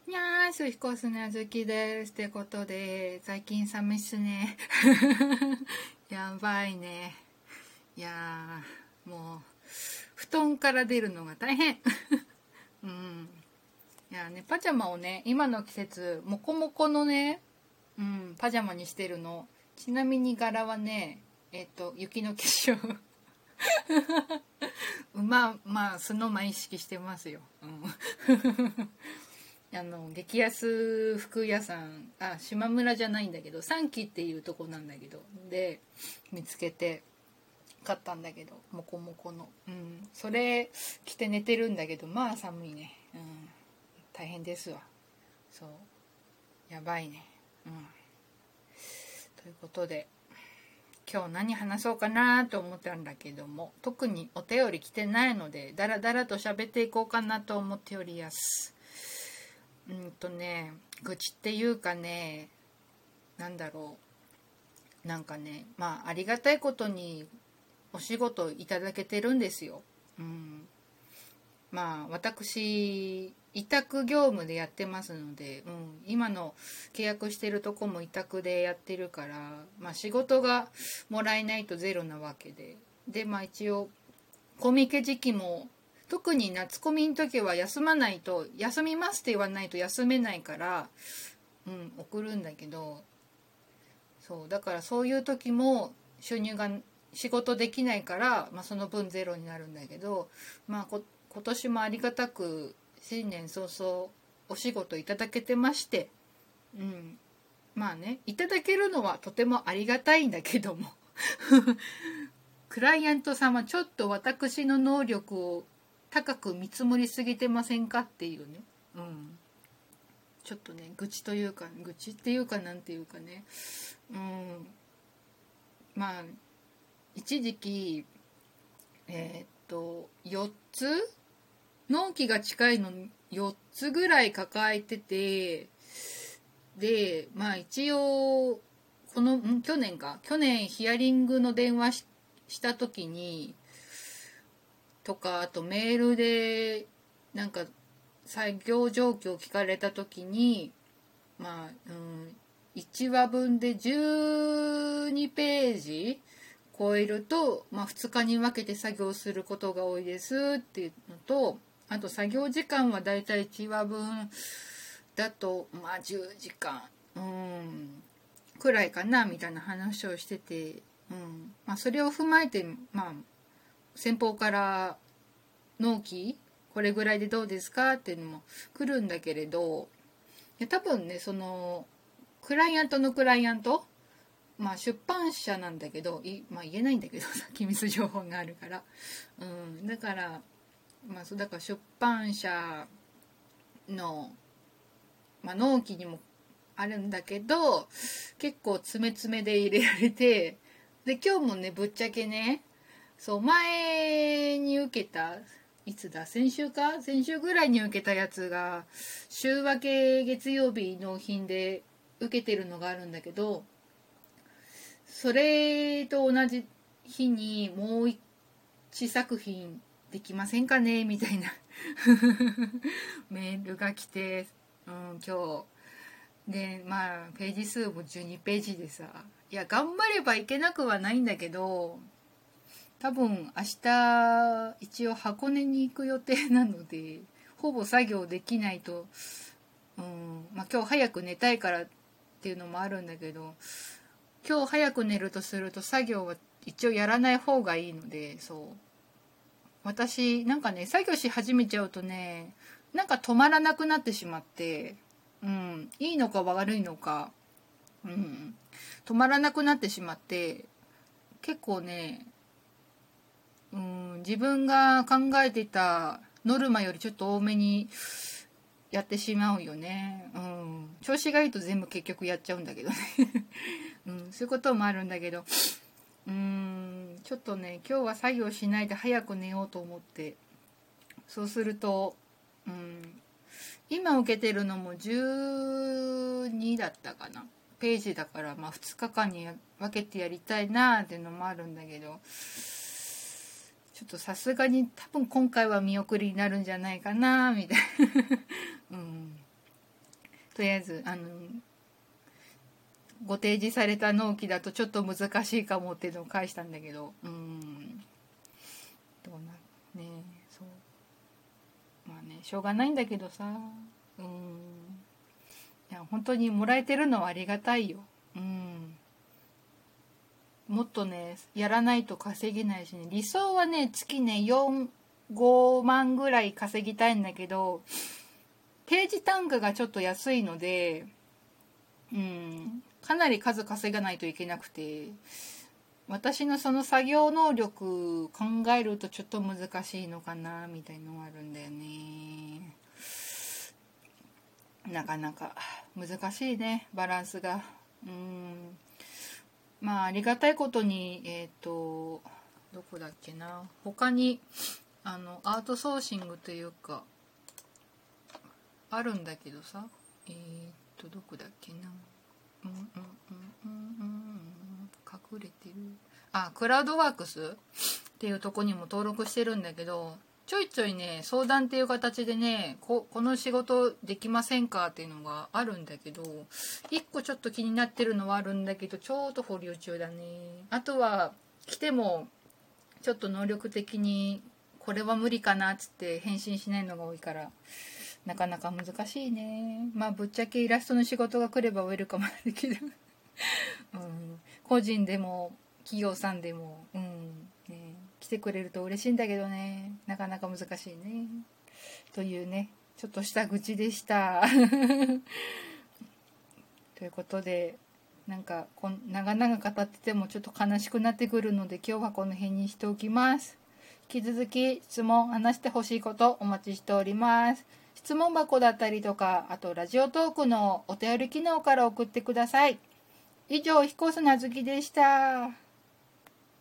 にゃーす、ひこすねあずきです。ってことで、最近寒いっすね。やばいね。いやー、もう、布団から出るのが大変。うん。いやね、パジャマをね、今の季節、もこもこのね、パジャマにしてるの。ちなみに柄はね、雪の結晶。まあ、スノーマン意識してますよ。激安服屋さん、島村じゃないんだけど、三木っていうとこなんだけど、で見つけて買ったんだけど、モコモコの、それ着て寝てるんだけど、まあ寒いね。大変ですわ。そうやばいね。ということで、今日何話そうかなと思ったんだけども、特にお便り来てないので、だらだらと喋っていこうかなと思っておりやす。愚痴っていうかね、なんだろう、なんかね、まあありがたいことにお仕事いただけてるんですよ。まあ私委託業務でやってますので、今の契約してるとこも委託でやってるから、まあ仕事がもらえないとゼロなわけで、まあ一応コミケ時期も特に夏コミの時は休まないと、休みますって言わないと休めないから、送るんだけど、そうだからそういう時も収入が仕事できないから、その分ゼロになるんだけど、今年もありがたく新年早々お仕事いただけてまして、まあね、いただけるのはとてもありがたいんだけどもクライアントさんはちょっと私の能力を高く見積もりすぎてませんかっていうね、ちょっとね、愚痴っていうかなんていうかね、まあ一時期4つ納期が近いの4つぐらい抱えてて、でまあ一応去年ヒアリングの電話した時にとか、あとメールでなんか作業状況聞かれた時に、1話分で12ページ超えると、2日に分けて作業することが多いですっていうのと、あと作業時間はだいたい1話分だと10時間くらいかなみたいな話をしてて、それを踏まえて、先方から納期これぐらいでどうですかっていうのも来るんだけれど、多分ね、そのクライアントのクライアント、出版社なんだけど、言えないんだけどさ、機密情報があるから、だから、だから出版社の、納期にもあるんだけど、結構詰め詰めで入れられて、で今日もね、ぶっちゃけね、そう前に受けた、いつだ、先週ぐらいに受けたやつが週明け月曜日納品で受けてるのがあるんだけど、それと同じ日にもう一作品できませんかねみたいなメールが来て、今日で、ページ数も12ページでさ、いや頑張ればいけなくはないんだけど、多分明日一応箱根に行く予定なので、ほぼ作業できないと、今日早く寝たいからっていうのもあるんだけど、今日早く寝るとすると作業は一応やらない方がいいので、そう私なんかね、作業し始めちゃうとね、なんか止まらなくなってしまって、いいのか悪いのか、止まらなくなってしまって、結構ね、自分が考えてたノルマよりちょっと多めにやってしまうよね。調子がいいと全部結局やっちゃうんだけどね、そういうこともあるんだけど、ちょっとね、今日は作業しないで早く寝ようと思って、そうすると、今受けてるのも12だったかなページだから、2日間に分けてやりたいなっていうのもあるんだけど、ちょっとさすがに多分今回は見送りになるんじゃないかなみたいなとりあえずご提示された納期だとちょっと難しいかもっていうのを返したんだけど、どうなね、そうまあね、しょうがないんだけどさ、いや本当にもらえてるのはありがたいよ。もっとねやらないと稼げないしね、理想はね月ね5万ぐらい稼ぎたいんだけど、ページ単価がちょっと安いので、かなり数稼がないといけなくて、私のその作業能力考えるとちょっと難しいのかなみたいのはあるんだよね。なかなか難しいね、バランスが。まあありがたいことにどこだっけな、他にアートソーシングというかあるんだけどさ、どこだっけな、隠れてる、クラウドワークスっていうとこにも登録してるんだけど、ちょいちょいね相談っていう形でね、この仕事できませんかっていうのがあるんだけど、一個ちょっと気になってるのはあるんだけど、ちょうど保留中だね。あとは来てもちょっと能力的にこれは無理かなっつって返信しないのが多いから、なかなか難しいね。まあぶっちゃけイラストの仕事が来ればウェルカムなんだけど個人でも企業さんでも、来てくれると嬉しいんだけどね、なかなか難しいねというね、ちょっとした愚痴でしたということで、なんか長々語っててもちょっと悲しくなってくるので、今日はこの辺にしておきます。引き続き質問、話してほしいことお待ちしております。質問箱だったりとか、あとラジオトークのお便り機能から送ってください。以上、彦砂月でした。